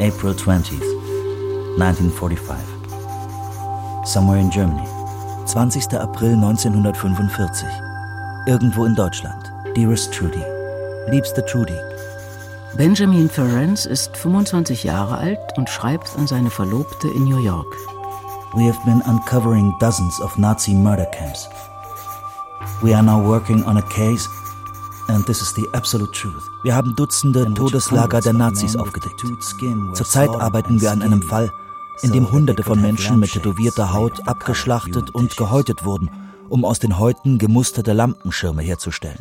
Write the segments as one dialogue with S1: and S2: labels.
S1: April 20th, 1945. Somewhere in Germany. 20. April 1945. Irgendwo in Deutschland. Dearest Trudy. Liebste Trudy.
S2: Benjamin Ferencz ist 25 Jahre alt und schreibt an seine Verlobte in New York.
S1: We have been uncovering dozens of Nazi murder camps. We are now working on a case, and this is the absolute truth. Wir haben Dutzende Todeslager der Nazis aufgedeckt. Zurzeit arbeiten wir an einem Fall, in dem Hunderte von Menschen mit tätowierter Haut abgeschlachtet und gehäutet wurden, um aus den Häuten gemusterte Lampenschirme herzustellen.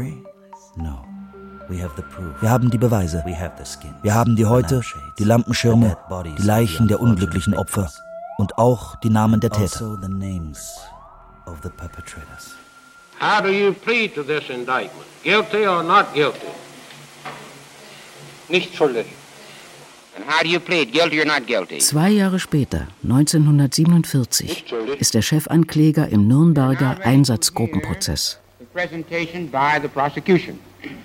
S1: Wir haben die Beweise. Wir haben die Häute, die Lampenschirme, die Leichen der unglücklichen Opfer und auch die Namen der Täter.
S3: How do you plead to this indictment? Guilty or not guilty?
S4: Nicht schuldig.
S5: And how do you plead, guilty or not guilty?
S2: 2 Jahre später, 1947, ist der Chefankläger im Nürnberger Einsatzgruppenprozess.
S5: Presentation by the prosecution.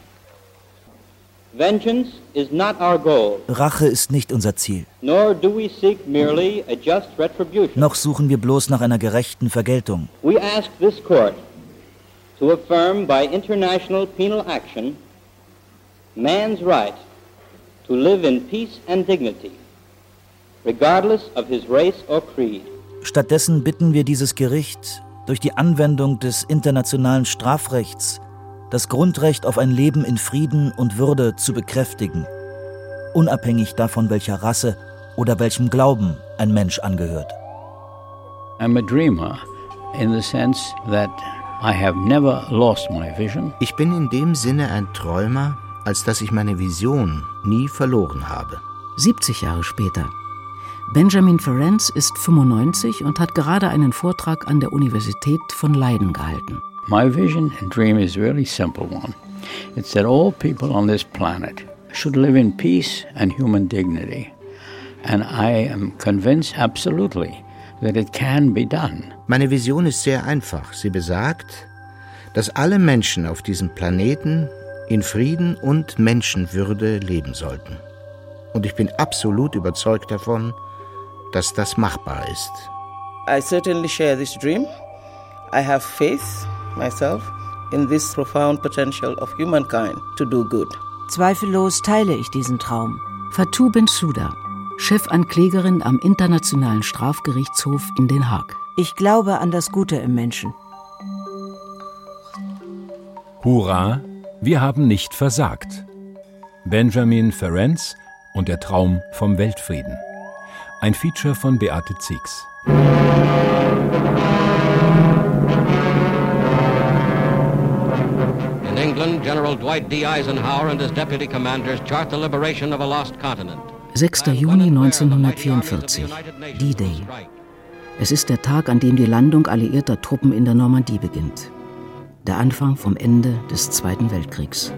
S4: Vengeance is not our goal.
S1: Rache ist nicht unser Ziel.
S4: Nor do we seek merely a just retribution.
S1: Noch suchen wir bloß nach einer gerechten Vergeltung.
S4: We ask this court to affirm by international penal action man's right to live in peace and dignity, regardless of his race or creed.
S1: Stattdessen bitten wir dieses Gericht, durch die Anwendung des internationalen Strafrechts das Grundrecht auf ein Leben in Frieden und Würde zu bekräftigen, unabhängig davon, welcher Rasse oder welchem Glauben ein Mensch angehört.
S6: I'm a dreamer in the sense that I have never lost my vision.
S7: Ich bin in dem Sinne ein Träumer, als dass ich meine Vision nie verloren habe.
S2: 70 Jahre später. Benjamin Ferencz ist 95 und hat gerade einen Vortrag an der Universität von Leiden gehalten.
S6: My vision and dream is a really simple one. It's that all people on this planet should live in peace and human dignity. And I am convinced absolutely that it can be done.
S7: Meine Vision ist sehr einfach. Sie besagt, dass alle Menschen auf diesem Planeten in Frieden und Menschenwürde leben sollten. Und ich bin absolut überzeugt davon, dass das machbar ist.
S8: I certainly share this dream. I have faith myself in this profound potential of humankind to do good.
S9: Zweifellos teile ich diesen Traum.
S2: Fatou Bensouda, Chefanklägerin am Internationalen Strafgerichtshof in Den Haag.
S9: Ich glaube an das Gute im Menschen.
S10: Hurra, wir haben nicht versagt. Benjamin Ferencz und der Traum vom Weltfrieden. Ein Feature von Beate Ziegs.
S3: In England, General Dwight D. Eisenhower and his deputy commanders chart the liberation of a lost continent.
S2: 6. Juni 1944, D-Day. Es ist der Tag, an dem die Landung alliierter Truppen in der Normandie beginnt. Der Anfang vom Ende des Zweiten Weltkriegs.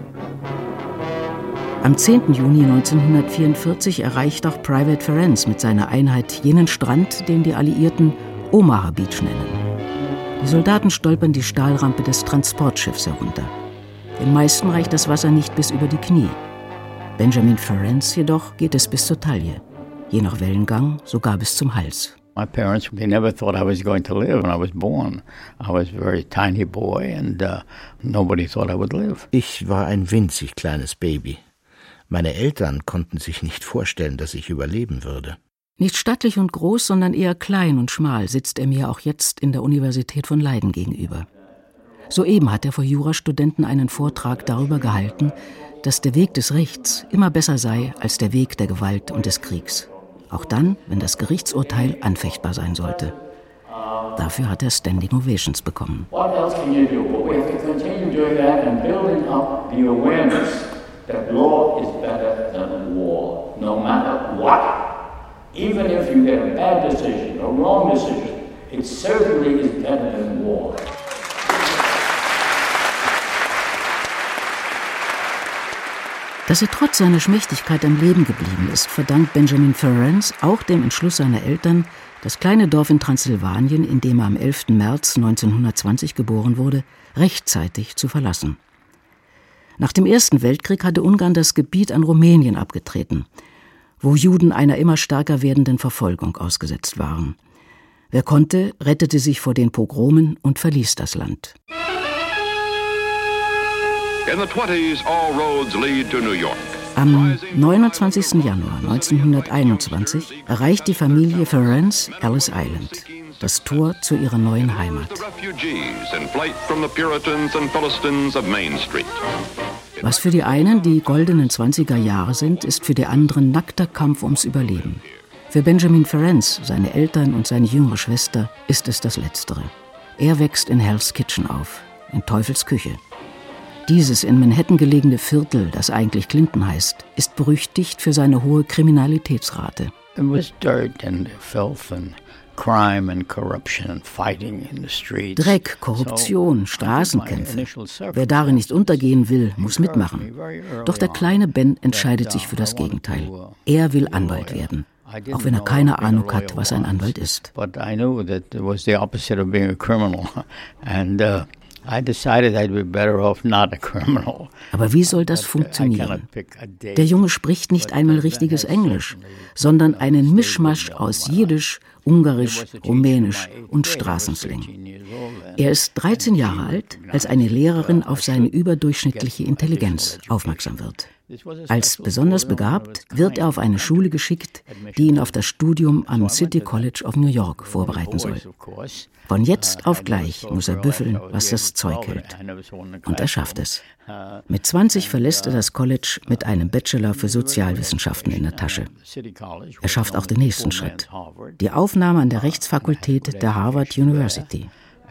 S2: Am 10. Juni 1944 erreicht auch Private Ferencz mit seiner Einheit jenen Strand, den die Alliierten Omaha Beach nennen. Die Soldaten stolpern die Stahlrampe des Transportschiffs herunter. Den meisten reicht das Wasser nicht bis über die Knie. Benjamin Ferencz jedoch geht es bis zur Taille, je nach Wellengang sogar bis zum Hals.
S6: My parents, they never thought I was going to live when I was born. I was a very tiny boy and nobody thought I would live.
S7: Ich war ein winzig kleines Baby. Meine Eltern konnten sich nicht vorstellen, dass ich überleben würde.
S2: Nicht stattlich und groß, sondern eher klein und schmal sitzt er mir auch jetzt in der Universität von Leiden gegenüber. Soeben hat er vor Jurastudenten einen Vortrag darüber gehalten, dass der Weg des Rechts immer besser sei als der Weg der Gewalt und des Kriegs. Auch dann, wenn das Gerichtsurteil anfechtbar sein sollte. Dafür hat er Standing Ovations bekommen.
S11: What else can you do? But we have to continue doing that and building up the awareness that law is better than war, no matter what. Even if you get a bad decision, a wrong decision, it certainly is better than war.
S2: Dass er trotz seiner Schmächtigkeit am Leben geblieben ist, verdankt Benjamin Ferencz auch dem Entschluss seiner Eltern, das kleine Dorf in Transsilvanien, in dem er am 11. März 1920 geboren wurde, rechtzeitig zu verlassen. Nach dem Ersten Weltkrieg hatte Ungarn das Gebiet an Rumänien abgetreten, wo Juden einer immer stärker werdenden Verfolgung ausgesetzt waren. Wer konnte, rettete sich vor den Pogromen und verließ das Land.
S12: In the 20s, all roads lead to New York.
S2: Am 29. Januar 1921 erreicht die Familie Ferencz Ellis Island, das Tor zu ihrer neuen Heimat. Was für die einen die goldenen 20er Jahre sind, ist für die anderen nackter Kampf ums Überleben. Für Benjamin Ferencz, seine Eltern und seine jüngere Schwester ist es das Letztere. Er wächst in Hell's Kitchen auf, in Teufels Küche. Dieses in Manhattan gelegene Viertel, das eigentlich Clinton heißt, ist berüchtigt für seine hohe Kriminalitätsrate.
S6: It was dirt and filth and crime and corruption and fighting in the streets.
S2: Dreck, Korruption, Straßenkämpfe. Wer darin nicht untergehen will, muss mitmachen. Doch der kleine Ben entscheidet sich für das Gegenteil. Er will Anwalt werden, auch wenn er keine Ahnung hat, was ein Anwalt ist.
S6: But I knew that it was the opposite of being a criminal. And I decided I'd be better off not a criminal.
S2: Aber wie soll das funktionieren? Der Junge spricht nicht einmal richtiges Englisch, sondern einen Mischmasch aus Jiddisch, Ungarisch, Rumänisch und Straßenslang. Er ist 13 Jahre alt, als eine Lehrerin auf seine überdurchschnittliche Intelligenz aufmerksam wird. Als besonders begabt wird er auf eine Schule geschickt, die ihn auf das Studium am City College of New York vorbereiten soll. Von jetzt auf gleich muss er büffeln, was das Zeug hält. Und er schafft es. Mit 20 verlässt er das College mit einem Bachelor für Sozialwissenschaften in der Tasche. Er schafft auch den nächsten Schritt: die Aufnahme an der Rechtsfakultät der Harvard University.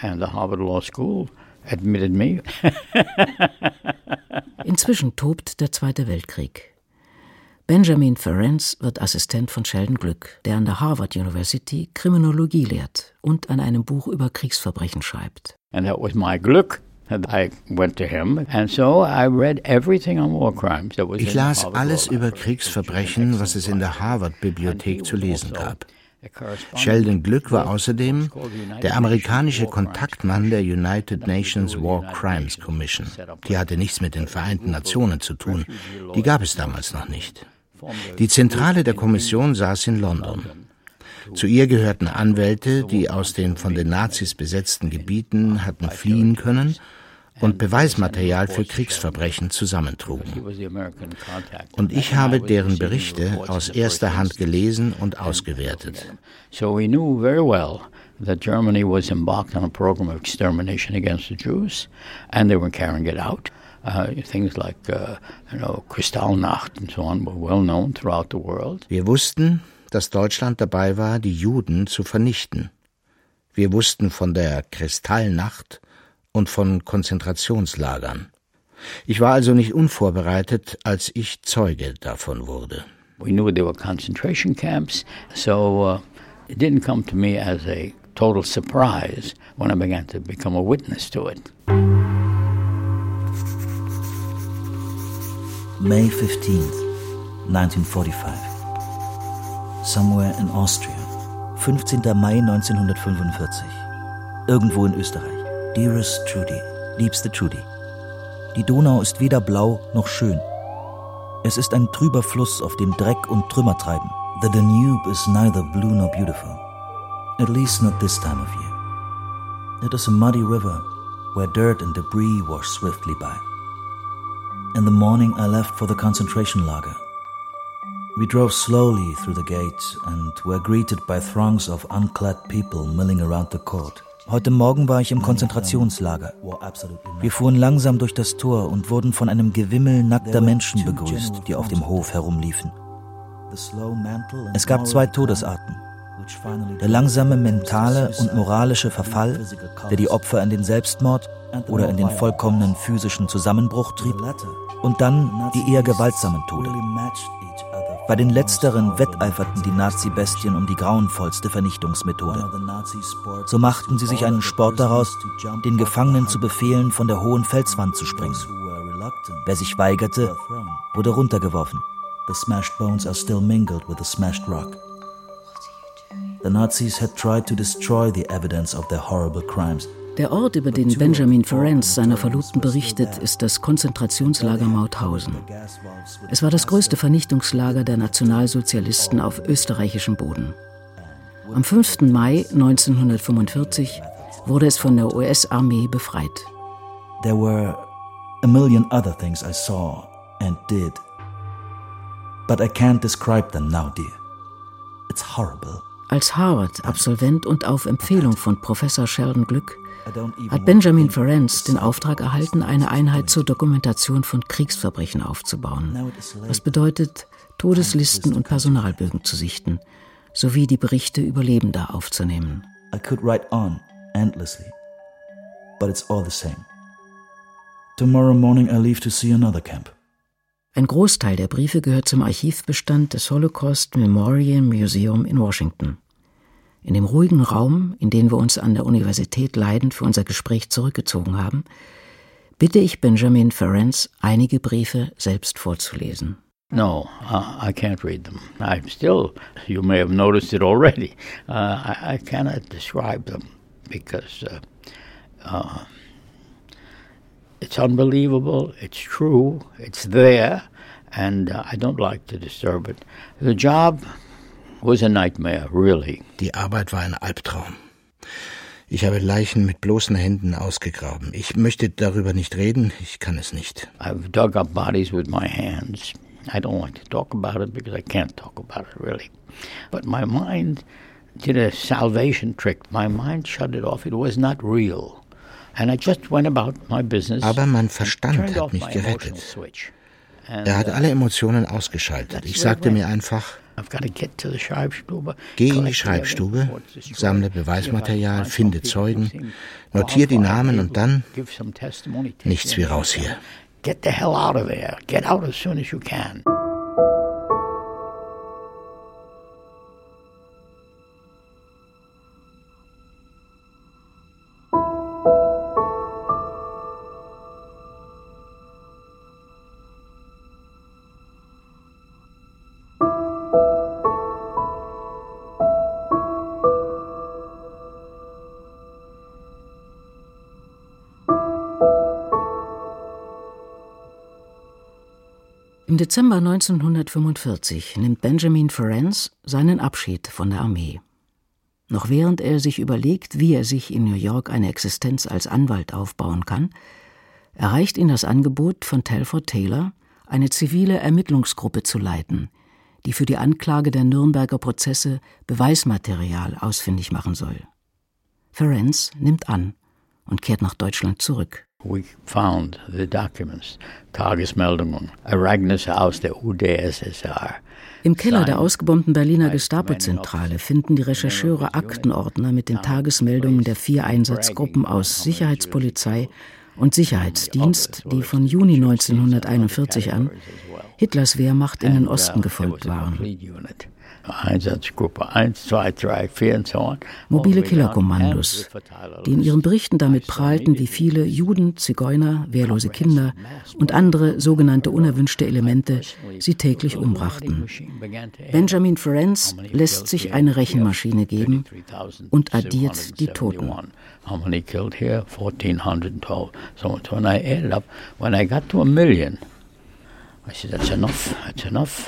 S2: Inzwischen tobt der Zweite Weltkrieg. Benjamin Ferencz wird Assistent von Sheldon Glück, der an der Harvard University Kriminologie lehrt und an einem Buch über Kriegsverbrechen schreibt.
S6: And that was my Glück. I went to him and so I read everything on war crimes that was
S7: Ich las alles über Kriegsverbrechen, was es in der Harvard-Bibliothek zu lesen gab. Sheldon Glück war außerdem der amerikanische Kontaktmann der United Nations War Crimes Commission. Die hatte nichts mit den Vereinten Nationen zu tun. Die gab es damals noch nicht. Die Zentrale der Kommission saß in London. Zu ihr gehörten Anwälte, die aus den von den Nazis besetzten Gebieten hatten fliehen können und Beweismaterial für Kriegsverbrechen zusammentrugen. Und ich habe deren Berichte aus erster Hand gelesen und ausgewertet.
S6: So we knew very well that Germany was embarked on a program of extermination against the Jews, and they were carrying it out. Things like, Kristallnacht and so on were well known throughout the world.
S7: Wir wussten, dass Deutschland dabei war, die Juden zu vernichten. Wir wussten von der Kristallnacht und von Konzentrationslagern. Ich war also nicht unvorbereitet, als ich Zeuge davon wurde.
S6: We knew there were concentration camps, so it didn't come to me as a total surprise when I began to become a witness to it.
S1: May 15th, 1945. Somewhere in Austria. 15. Mai 1945. Irgendwo in Österreich. Dearest Trudy, liebste Trudy. Die Donau ist weder blau noch schön. Es ist ein trüber Fluss, auf dem Dreck und Trümmer treiben. The Danube is neither blue nor beautiful. At least not this time of year. It is a muddy river, where dirt and debris wash swiftly by. In the morning I left for the concentration lager. We drove slowly through the gate and were greeted by throngs of unclad people milling around the court. Heute Morgen war ich im Konzentrationslager. Wir fuhren langsam durch das Tor und wurden von einem Gewimmel nackter Menschen begrüßt, die auf dem Hof herumliefen. Es gab 2 Todesarten. Der langsame mentale und moralische Verfall, der die Opfer in den Selbstmord oder in den vollkommenen physischen Zusammenbruch trieb, und dann die eher gewaltsamen Tode. Bei den letzteren wetteiferten die Nazi-Bestien um die grauenvollste Vernichtungsmethode. So machten sie sich einen Sport daraus, den Gefangenen zu befehlen, von der hohen Felswand zu springen. Wer sich weigerte, wurde runtergeworfen. The smashed bones are still mingled with the smashed rock. The Nazis had tried to destroy the evidence of their horrible crimes,
S2: Der Ort, über den Benjamin Ferencz seiner Verlobten berichtet, ist das Konzentrationslager Mauthausen. Es war das größte Vernichtungslager der Nationalsozialisten auf österreichischem Boden. Am 5. Mai 1945 wurde es von der US-Armee befreit.
S1: There were a million other things I saw and did. But I can't describe them now, dear. It's horrible.
S2: Als Harvard-Absolvent und auf Empfehlung von Professor Sheldon Glück hat Benjamin Ferencz den Auftrag erhalten, eine Einheit zur Dokumentation von Kriegsverbrechen aufzubauen. Was bedeutet, Todeslisten und Personalbögen zu sichten, sowie die Berichte Überlebender aufzunehmen.
S1: I could write on endlessly, but it's all the same. Tomorrow morning I leave to see another camp.
S2: Ein Großteil der Briefe gehört zum Archivbestand des Holocaust Memorial Museum in Washington. In dem ruhigen Raum, in den wir uns an der Universität Leiden für unser Gespräch zurückgezogen haben, bitte ich Benjamin Ferencz, einige Briefe selbst vorzulesen.
S6: No, I can't read them. I'm still, you may have noticed it already, I cannot describe them because it's unbelievable, it's true, it's there, and I don't like to disturb it. The job was a nightmare, really.
S7: Die Arbeit war ein Albtraum. Ich habe Leichen mit bloßen Händen ausgegraben. Ich möchte darüber nicht reden, ich kann es nicht.
S6: I've dug up bodies with my hands. I don't like to talk about it because I can't talk about it, really. But my mind did a salvation trick. My mind shut it off. It was not real. And I just went about my business.
S7: Aber mein Verstand hat mich gerettet. Er hat alle Emotionen ausgeschaltet. Ich sagte mir einfach, geh in die Schreibstube, sammle Beweismaterial, finde Zeugen, notiere die Namen und dann nichts wie raus hier.
S6: Get the hell out of there. Get out as soon as you can.
S2: Im Dezember 1945 nimmt Benjamin Ferencz seinen Abschied von der Armee. Noch während er sich überlegt, wie er sich in New York eine Existenz als Anwalt aufbauen kann, erreicht ihn das Angebot von Telford Taylor, eine zivile Ermittlungsgruppe zu leiten, die für die Anklage der Nürnberger Prozesse Beweismaterial ausfindig machen soll. Ferencz nimmt an und kehrt nach Deutschland zurück.
S6: We found the documents, Tagesmeldungen, Ereignisse aus der UdSSR.
S2: Im Keller der ausgebombten Berliner Gestapo-Zentrale finden die Rechercheure Aktenordner mit den Tagesmeldungen der 4 Einsatzgruppen aus Sicherheitspolizei und Sicherheitsdienst, die von Juni 1941 an Hitlers Wehrmacht in den Osten gefolgt waren.
S6: Einsatzgruppe 1, 2, 3, 4 und so on.
S2: Mobile Killerkommandos, die in ihren Berichten damit prahlten, wie viele Juden, Zigeuner, wehrlose Kinder und andere sogenannte unerwünschte Elemente sie täglich umbrachten. Benjamin Ferencz lässt sich eine Rechenmaschine geben und addiert die Toten.
S6: How many killed here? 1,412. So when I added up, when I got to 1 million, I said, that's enough.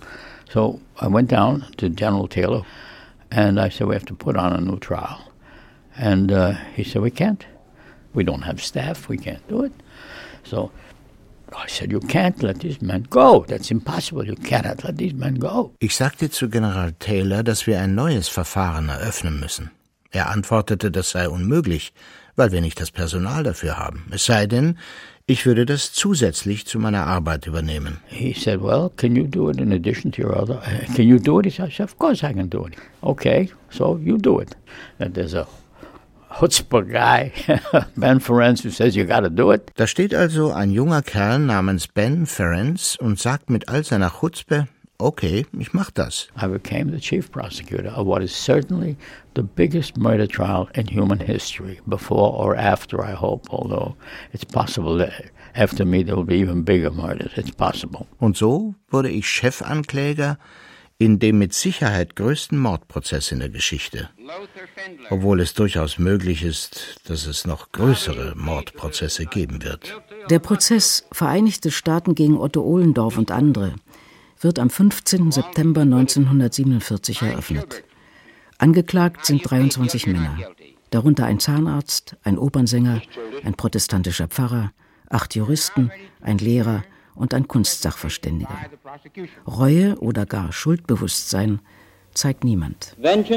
S6: So I went down to General Taylor, and I said, we have to put on a new trial. And he said, we can't. We don't have staff. We can't do it. So I said, you can't let these men go. That's impossible. You cannot let these men go.
S7: Ich sagte zu General Taylor, dass wir ein neues Verfahren eröffnen müssen. Er antwortete, das sei unmöglich, weil wir nicht das Personal dafür haben. Es sei denn, ich würde das zusätzlich zu meiner Arbeit übernehmen.
S6: He said, well, can you do it in addition to your other? Can you do it? He said, of course I can do it. Okay, so you do it. And there's a chutzpah guy, Ben Ferencz, who says you got to do it.
S7: Da steht also ein junger Kerl namens Ben Ferencz und sagt mit all seiner Chutzpe, okay, ich mach das.
S6: I became the chief prosecutor of what is certainly the biggest murder trial in human history, before or after, I hope, although it's possible that after me there will be even bigger murders. It's possible.
S7: Und so wurde ich Chefankläger in dem mit Sicherheit größten Mordprozess in der Geschichte, obwohl es durchaus möglich ist, dass es noch größere Mordprozesse geben wird.
S2: Der Prozess Vereinigte Staaten gegen Otto Ohlendorf und andere wird am 15. September 1947 eröffnet. Angeklagt sind 23 Männer, darunter ein Zahnarzt, ein Opernsänger, ein protestantischer Pfarrer, 8 Juristen, ein Lehrer und ein Kunstsachverständiger. Reue oder gar Schuldbewusstsein zeigt niemand.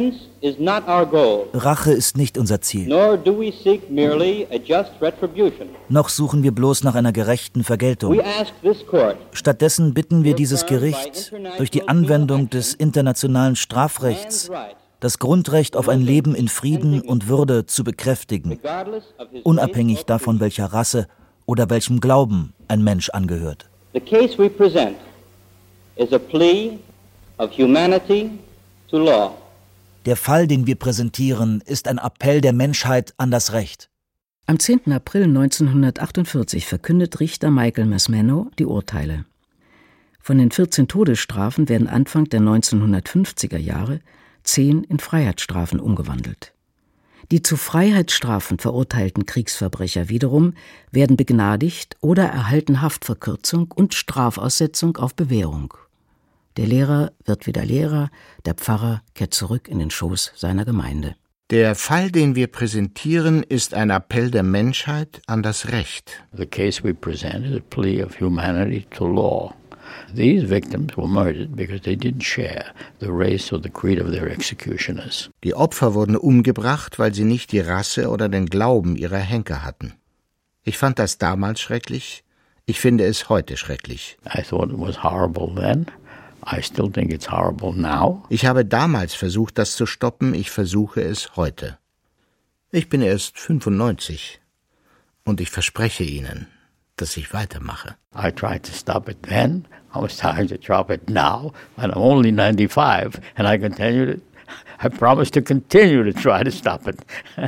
S1: Rache ist nicht unser Ziel.
S4: Nor do we seek merely a just retribution.
S1: Noch suchen wir bloß nach einer gerechten Vergeltung. Stattdessen bitten wir dieses Gericht, durch die Anwendung des internationalen Strafrechts das Grundrecht auf ein Leben in Frieden und Würde zu bekräftigen, unabhängig davon, welcher Rasse oder welchem Glauben ein Mensch angehört.
S4: The case we present is a plea of humanity to law.
S1: Der Fall, den wir präsentieren, ist ein Appell der Menschheit an das Recht.
S2: Am 10. April 1948 verkündet Richter Michael Masmeno die Urteile. Von den 14 Todesstrafen werden Anfang der 1950er Jahre 10 in Freiheitsstrafen umgewandelt. Die zu Freiheitsstrafen verurteilten Kriegsverbrecher wiederum werden begnadigt oder erhalten Haftverkürzung und Strafaussetzung auf Bewährung. Der Lehrer wird wieder Lehrer, der Pfarrer kehrt zurück in den Schoß seiner Gemeinde.
S7: Der Fall, den wir präsentieren, ist ein Appell der Menschheit an das Recht.
S6: The case we present is a plea of humanity to law. These victims were murdered because they didn't share the race or the creed of their executioners.
S7: Die Opfer wurden umgebracht, weil sie nicht die Rasse oder den Glauben ihrer Henker hatten. Ich fand das damals schrecklich. Ich finde es heute schrecklich.
S6: I thought it was horrible then. I still think it's horrible now.
S7: Ich habe damals versucht, das zu stoppen. Ich versuche es heute. Ich bin erst 95 und ich verspreche Ihnen, dass ich weitermache.
S6: I tried to stop it then. I was trying to stop it now, and I'm only 95, and I promise to continue to try to stop it.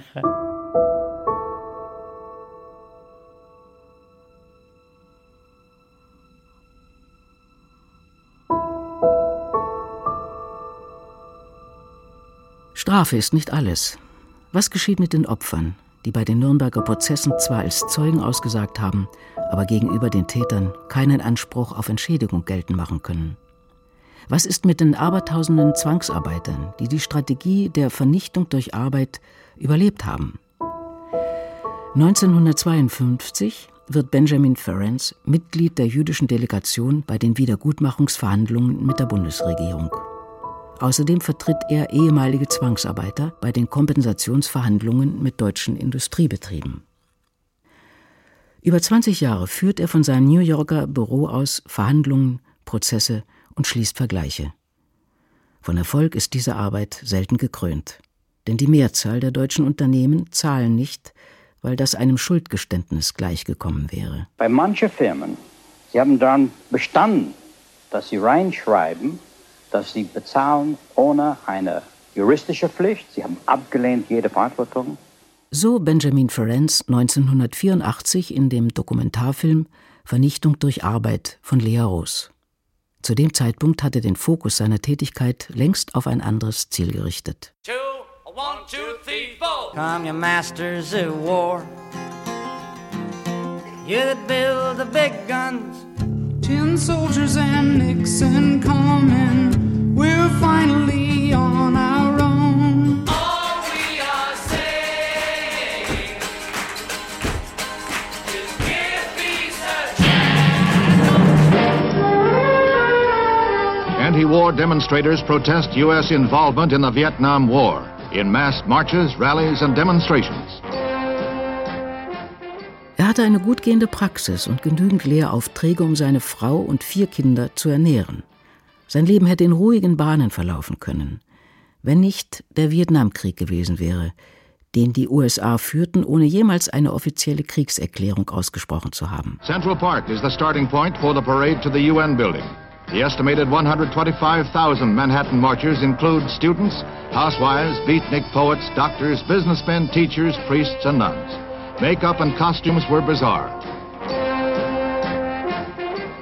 S2: Strafe ist nicht alles. Was geschieht mit den Opfern, die bei den Nürnberger Prozessen zwar als Zeugen ausgesagt haben, aber gegenüber den Tätern keinen Anspruch auf Entschädigung geltend machen können? Was ist mit den abertausenden Zwangsarbeitern, die die Strategie der Vernichtung durch Arbeit überlebt haben? 1952 wird Benjamin Ferencz Mitglied der jüdischen Delegation bei den Wiedergutmachungsverhandlungen mit der Bundesregierung. Außerdem vertritt er ehemalige Zwangsarbeiter bei den Kompensationsverhandlungen mit deutschen Industriebetrieben. Über 20 Jahre führt er von seinem New Yorker Büro aus Verhandlungen, Prozesse und schließt Vergleiche. Von Erfolg ist diese Arbeit selten gekrönt, denn die Mehrzahl der deutschen Unternehmen zahlen nicht, weil das einem Schuldgeständnis gleichgekommen wäre.
S13: Bei manchen Firmen, sie haben daran bestanden, dass sie reinschreiben, dass sie bezahlen ohne eine juristische Pflicht. Sie haben abgelehnt jede Verantwortung.
S2: So Benjamin Ferencz 1984 in dem Dokumentarfilm Vernichtung durch Arbeit von Lea Roos. Zu dem Zeitpunkt hatte den Fokus seiner Tätigkeit längst auf ein anderes Ziel gerichtet.
S14: 2, 1, 2, 3, 4. Come, your masters of war. You'd build the big guns.
S15: 10 soldiers and Nixon coming. We're finally on our own.
S14: All we are saying is give peace a chance.
S12: Anti-war demonstrators protest U.S. involvement in the Vietnam War in mass marches, rallies and demonstrations.
S2: Er hatte eine gut gehende Praxis und genügend Lehraufträge, um seine Frau und 4 Kinder zu ernähren. Sein Leben hätte in ruhigen Bahnen verlaufen können, wenn nicht der Vietnamkrieg gewesen wäre, den die USA führten, ohne jemals eine offizielle Kriegserklärung ausgesprochen zu haben.
S12: Central Park is the starting point for the parade to the UN building. The estimated 125,000 Manhattan marchers include students, housewives, beatnik poets, doctors, businessmen, teachers, priests and nuns. Makeup and costumes were bizarre.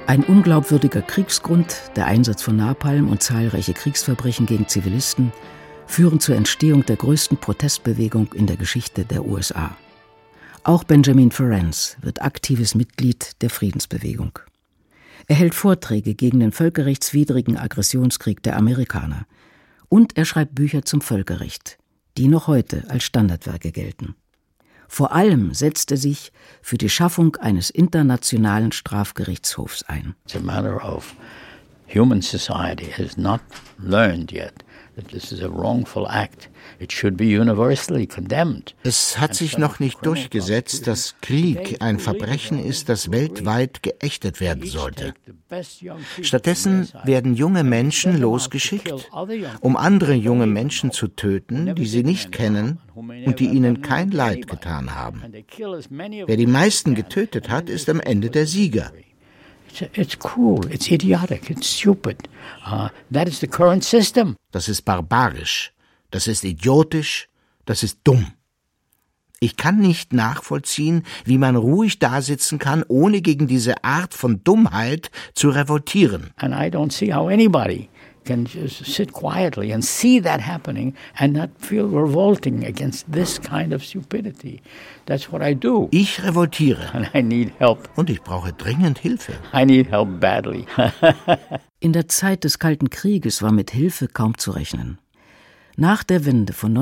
S2: Ein unglaubwürdiger Kriegsgrund, der Einsatz von Napalm und zahlreiche Kriegsverbrechen gegen Zivilisten führen zur Entstehung der größten Protestbewegung in der Geschichte der USA. Auch Benjamin Ferencz wird aktives Mitglied der Friedensbewegung. Er hält Vorträge gegen den völkerrechtswidrigen Aggressionskrieg der Amerikaner und er schreibt Bücher zum Völkerrecht, die noch heute als Standardwerke gelten. Vor allem setzt er sich für die Schaffung eines internationalen Strafgerichtshofs ein.
S6: It's a matter of human society has not learned yet that this is a wrongful act. It should be universally condemned.
S7: Es hat sich noch nicht durchgesetzt, dass Krieg ein Verbrechen ist, das weltweit geächtet werden sollte. Stattdessen werden junge Menschen losgeschickt, um andere junge Menschen zu töten, die sie nicht kennen und die ihnen kein Leid getan haben. Wer die meisten getötet hat, ist am Ende der Sieger.
S6: It's cruel, it's idiotic, it's stupid. That is the current system.
S7: Das ist barbarisch, das ist idiotisch, das ist dumm. Ich kann nicht nachvollziehen, wie man ruhig dasitzen kann, ohne gegen diese Art von Dummheit zu revoltieren.
S6: And I don't see how anybody can just sit quietly and see that happening and not feel revolting against this kind of stupidity. That's what I do.
S7: Ich revoltiere.
S6: And I need help.
S7: Und ich brauche dringend Hilfe.
S6: I need help badly.
S2: In der Zeit des Kalten Krieges war mit Hilfe kaum zu rechnen. Nach der Wende von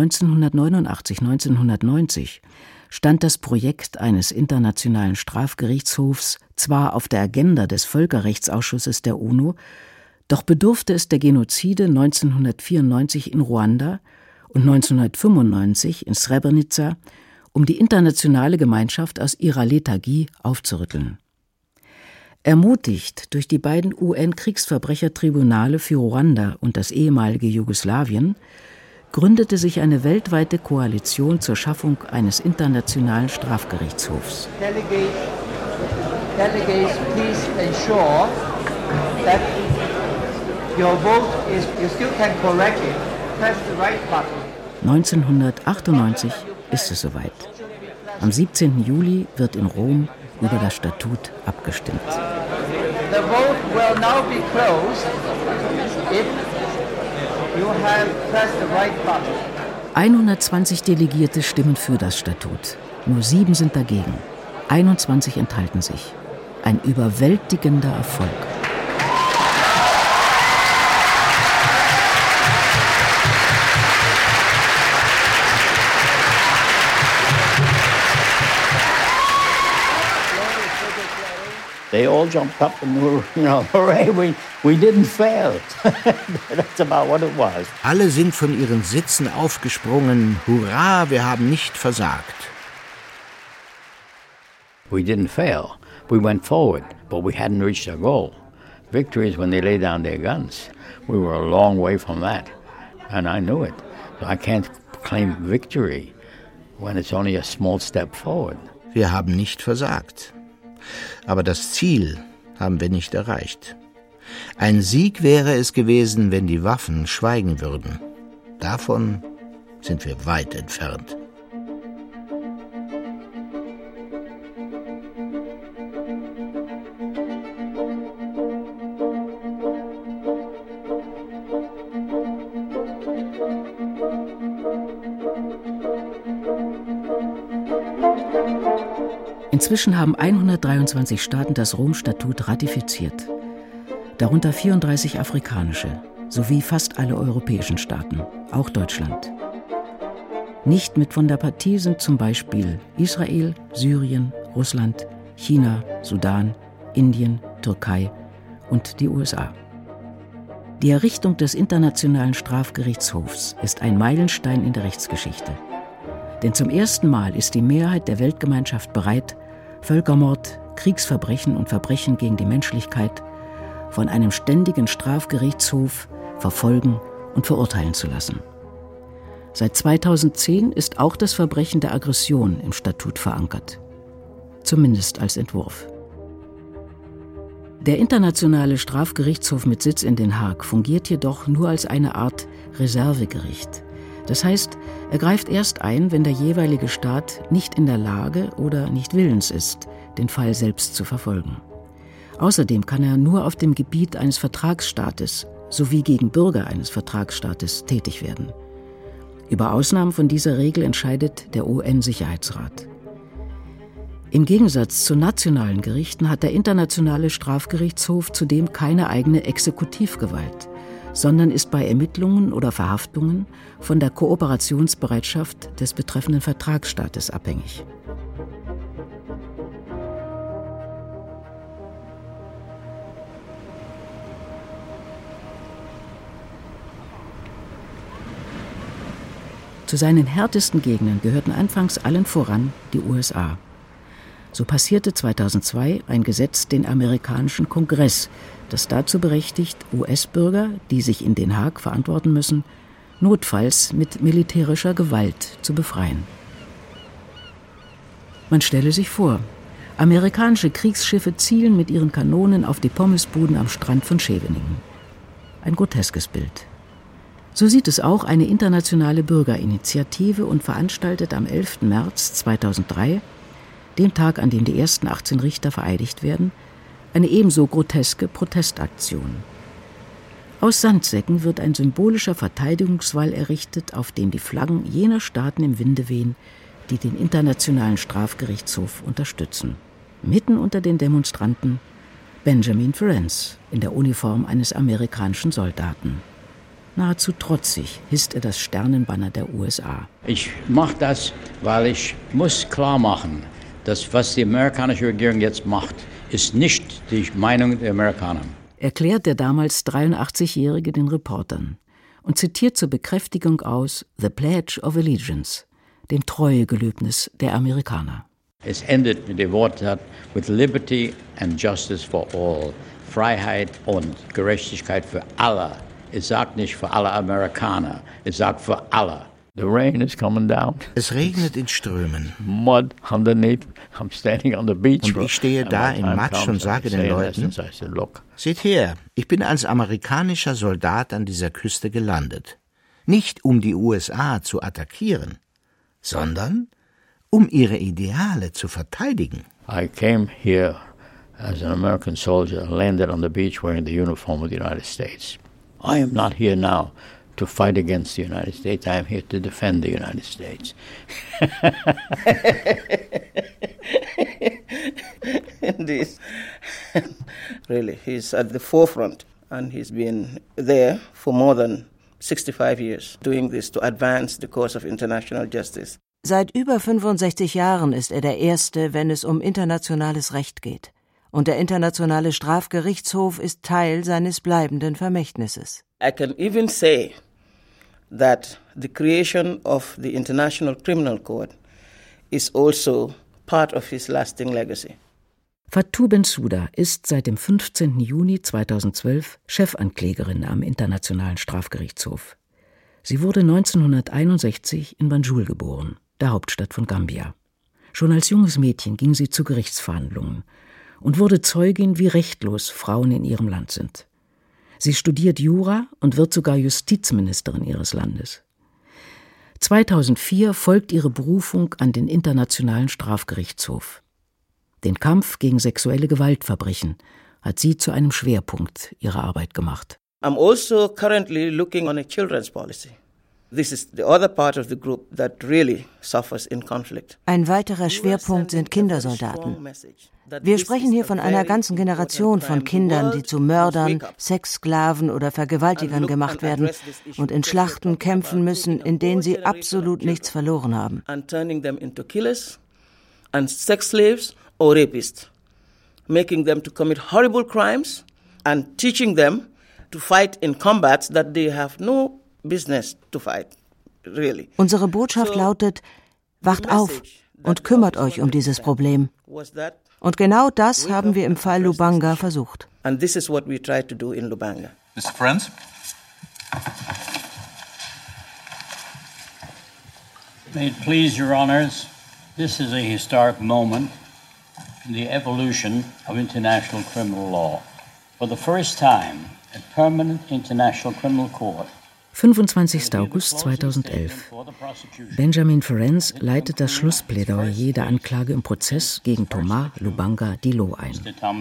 S2: 1989/1990 stand das Projekt eines internationalen Strafgerichtshofs zwar auf der Agenda des Völkerrechtsausschusses der UNO, doch bedurfte es der Genozide 1994 in Ruanda und 1995 in Srebrenica, um die internationale Gemeinschaft aus ihrer Lethargie aufzurütteln. Ermutigt durch die beiden UN-Kriegsverbrechertribunale für Ruanda und das ehemalige Jugoslawien, gründete sich eine weltweite Koalition zur Schaffung eines internationalen Strafgerichtshofs.
S16: Delegates, please ensure that your vote is, you still can correct it. Press the right button.
S2: 1998 ist es soweit. Am 17. Juli wird in Rom über das Statut abgestimmt.
S16: The vote will now be closed if you have pressed the right button.
S2: 120 Delegierte stimmen für das Statut. Nur 7 sind dagegen. 21 enthalten sich. Ein überwältigender Erfolg.
S6: They all jumped up and were, hooray, we didn't fail. That's about what it was.
S7: Alle sind von ihren Sitzen aufgesprungen. Hurra, wir haben nicht versagt.
S6: We didn't fail. We went forward, but we hadn't reached our goal. Victory is when they lay down their guns. We were a long way from that, and I knew it. So I can't claim victory when it's only a small step forward.
S7: Wir haben nicht versagt. Aber das Ziel haben wir nicht erreicht. Ein Sieg wäre es gewesen, wenn die Waffen schweigen würden. Davon sind wir weit entfernt.
S2: Inzwischen haben 123 Staaten das Rom-Statut ratifiziert, darunter 34 afrikanische sowie fast alle europäischen Staaten, auch Deutschland. Nicht mit von der Partie sind zum Beispiel Israel, Syrien, Russland, China, Sudan, Indien, Türkei und die USA. Die Errichtung des Internationalen Strafgerichtshofs ist ein Meilenstein in der Rechtsgeschichte. Denn zum ersten Mal ist die Mehrheit der Weltgemeinschaft bereit, Völkermord, Kriegsverbrechen und Verbrechen gegen die Menschlichkeit von einem ständigen Strafgerichtshof verfolgen und verurteilen zu lassen. Seit 2010 ist auch das Verbrechen der Aggression im Statut verankert. Zumindest als Entwurf. Der Internationale Strafgerichtshof mit Sitz in Den Haag fungiert jedoch nur als eine Art Reservegericht. Das heißt, er greift erst ein, wenn der jeweilige Staat nicht in der Lage oder nicht willens ist, den Fall selbst zu verfolgen. Außerdem kann er nur auf dem Gebiet eines Vertragsstaates sowie gegen Bürger eines Vertragsstaates tätig werden. Über Ausnahmen von dieser Regel entscheidet der UN-Sicherheitsrat. Im Gegensatz zu nationalen Gerichten hat der Internationale Strafgerichtshof zudem keine eigene Exekutivgewalt, sondern ist bei Ermittlungen oder Verhaftungen von der Kooperationsbereitschaft des betreffenden Vertragsstaates abhängig. Zu seinen härtesten Gegnern gehörten anfangs allen voran die USA. So passierte 2002 ein Gesetz den amerikanischen Kongress, das dazu berechtigt, US-Bürger, die sich in Den Haag verantworten müssen, notfalls mit militärischer Gewalt zu befreien. Man stelle sich vor, amerikanische Kriegsschiffe zielen mit ihren Kanonen auf die Pommesbuden am Strand von Scheveningen. Ein groteskes Bild. So sieht es auch eine internationale Bürgerinitiative und veranstaltet am 11. März 2003, dem Tag, an dem die ersten 18 Richter vereidigt werden, eine ebenso groteske Protestaktion. Aus Sandsäcken wird ein symbolischer Verteidigungswall errichtet, auf dem die Flaggen jener Staaten im Winde wehen, die den Internationalen Strafgerichtshof unterstützen. Mitten unter den Demonstranten Benjamin Ferencz in der Uniform eines amerikanischen Soldaten. Nahezu trotzig hisst er das Sternenbanner der USA.
S6: Ich mache das, weil ich muss klar machen, dass was die amerikanische Regierung jetzt macht, ist nicht die Meinung der Amerikaner.
S2: Erklärt der damals 83-Jährige den Reportern und zitiert zur Bekräftigung aus The Pledge of Allegiance, dem Treuegelöbnis der Amerikaner.
S6: Es endet mit dem Wort with liberty and justice for all, Freiheit und Gerechtigkeit für alle. Es sagt nicht für alle Amerikaner, es sagt für alle. The rain is coming down.
S7: Es regnet in Strömen.
S6: Mud underneath. I'm standing on the beach.
S7: Und ich stehe da im Matsch und sage den Leuten, seht her, ich bin als amerikanischer Soldat an dieser Küste gelandet. Nicht um die USA zu attackieren, sondern um ihre Ideale zu verteidigen.
S6: I came here as an American soldier, landed on the beach wearing the uniform of the United States. I am not here now to fight against the United States. I am here to defend the United States.
S8: Indeed. Really, he's at the forefront and he's been there for more than 65 years, doing this to advance the cause of international justice.
S9: Seit über 65 Jahren ist er der Erste, wenn es um internationales Recht geht. Und der Internationale Strafgerichtshof ist Teil seines bleibenden Vermächtnisses.
S8: I can even say that the creation of the International Criminal Court is also part of his lasting legacy.
S2: Fatou Bensouda ist seit dem 15. Juni 2012 Chefanklägerin am Internationalen Strafgerichtshof. Sie wurde 1961 in Banjul geboren, der Hauptstadt von Gambia. Schon als junges Mädchen ging sie zu Gerichtsverhandlungen und wurde Zeugin, wie rechtlos Frauen in ihrem Land sind. Sie studiert Jura und wird sogar Justizministerin ihres Landes. 2004 folgt ihre Berufung an den Internationalen Strafgerichtshof. Den Kampf gegen sexuelle Gewaltverbrechen hat sie zu einem Schwerpunkt ihrer Arbeit gemacht.
S8: I'm also currently looking on a children's policy. This is the other part of the group that really suffers in conflict.
S9: Ein weiterer Schwerpunkt sind Kindersoldaten. Wir sprechen hier von einer ganzen Generation von Kindern, die zu Mördern, Sexsklaven oder Vergewaltigern gemacht werden und in Schlachten kämpfen müssen, in denen sie absolut nichts verloren haben.
S8: And turning them into killers and sex slaves or rapists, making them to commit horrible crimes and teaching them to fight in combats that they have no business to fight, really.
S9: Unsere Botschaft lautet: Wacht auf und kümmert euch um dieses Problem. Und genau das haben wir im Fall Lubanga versucht.
S8: And this is what we tried to do in Lubanga.
S17: Mr. Ferencz?
S11: May it please your honors, this is a historic moment in the evolution of international criminal law. For the first time, a permanent international criminal court
S2: 25. August 2011. Benjamin Ferencz leitet das Schlussplädoyer der Anklage im Prozess gegen Thomas Lubanga Dilo ein.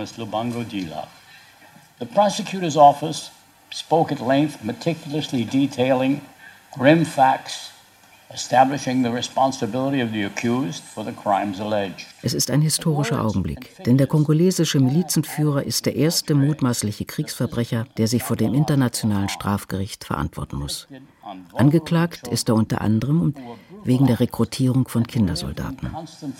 S11: The prosecutor's office spoke at length, meticulously detailing grim facts, establishing the responsibility of the accused for the crimes alleged.
S2: Es ist ein historischer Augenblick, denn der kongolesische Milizenführer ist der erste mutmaßliche Kriegsverbrecher, der sich vor dem Internationalen Strafgericht verantworten muss. Angeklagt ist er unter anderem wegen der Rekrutierung von Kindersoldaten.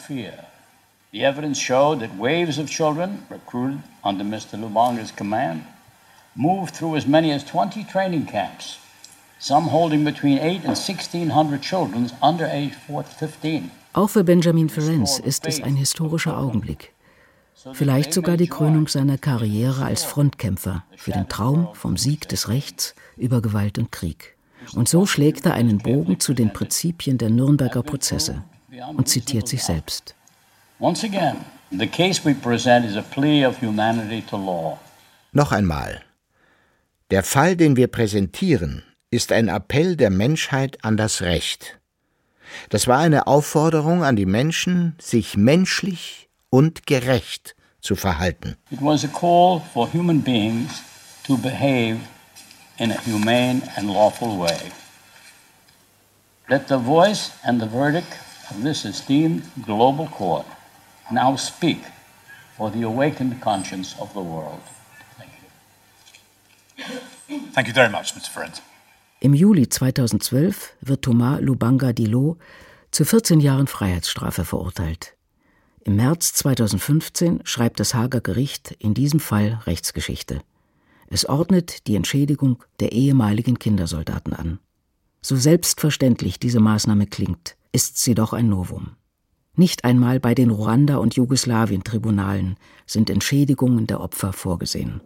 S11: The evidence showed that waves of children recruited under Mr. Lubanga's command moved through as many as 20 training camps, some holding between 800 and 1,600 children under age 15.
S2: Auch für Benjamin Ferencz ist es ein historischer Augenblick. Vielleicht sogar die Krönung seiner Karriere als Frontkämpfer für den Traum vom Sieg des Rechts über Gewalt und Krieg. Und so schlägt er einen Bogen zu den Prinzipien der Nürnberger Prozesse und zitiert sich selbst.
S11: Once again, the case we present is a plea of humanity to law.
S7: Noch einmal. Der Fall, den wir präsentieren, ist ein Appell der Menschheit an das Recht. Das war eine Aufforderung an die Menschen, sich menschlich und gerecht zu verhalten.
S11: It was a call for human beings to behave in a humane and lawful way. Let the voice and the verdict of this esteemed global court now speak for the awakened conscience of the world. Thank
S17: you. Thank you very much, Mr. Ferencz.
S2: Im Juli 2012 wird Thomas Lubanga Dilo zu 14 Jahren Freiheitsstrafe verurteilt. Im März 2015 schreibt das Haager Gericht in diesem Fall Rechtsgeschichte. Es ordnet die Entschädigung der ehemaligen Kindersoldaten an. So selbstverständlich diese Maßnahme klingt, ist sie doch ein Novum. Nicht einmal bei den Ruanda- und Jugoslawien-Tribunalen sind Entschädigungen der Opfer vorgesehen.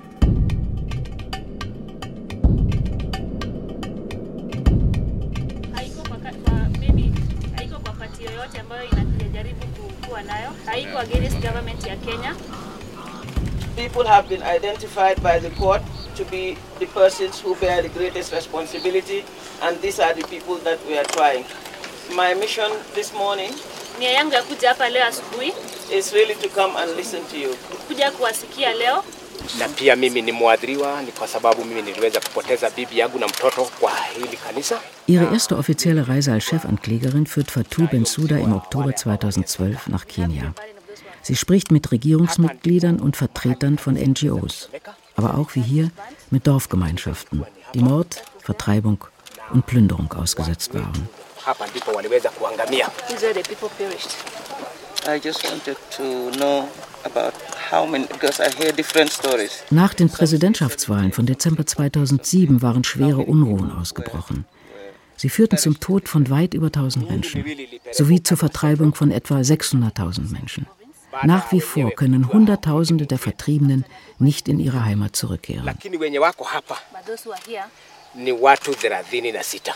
S8: People have been identified by the court to be the persons who bear the greatest responsibility, and these are the people that we are trying. My mission this morning
S18: nia yangu ya kuja hapa leo asubuhi
S8: is really to come and listen to you.
S18: Kuja kuwasikia leo.
S19: Na pia mimi ni mwadhiriwa, ni kwa sababu mimi niliweza kupoteza bibi yangu na mtoto kwa hili kanisa.
S2: Ihre erste offizielle Reise als Chefanklägerin führt Fatou Bensouda im Oktober 2012 nach Kenia. Sie spricht mit Regierungsmitgliedern und Vertretern von NGOs, aber auch wie hier mit Dorfgemeinschaften, die Mord, Vertreibung und Plünderung ausgesetzt waren.
S19: Hapa ndipo waliweza kuangamia.
S18: These are the people perished.
S8: I just wanted to know about how many, because I hear different stories.
S2: Nach den Präsidentschaftswahlen von Dezember 2007 waren schwere Unruhen ausgebrochen. Sie führten zum Tod von weit über 1000 Menschen, sowie zur Vertreibung von etwa 600.000 Menschen. Nach wie vor können Hunderttausende der Vertriebenen nicht in ihre Heimat zurückkehren.
S19: Lakini wenye wako hapa ni watu 36.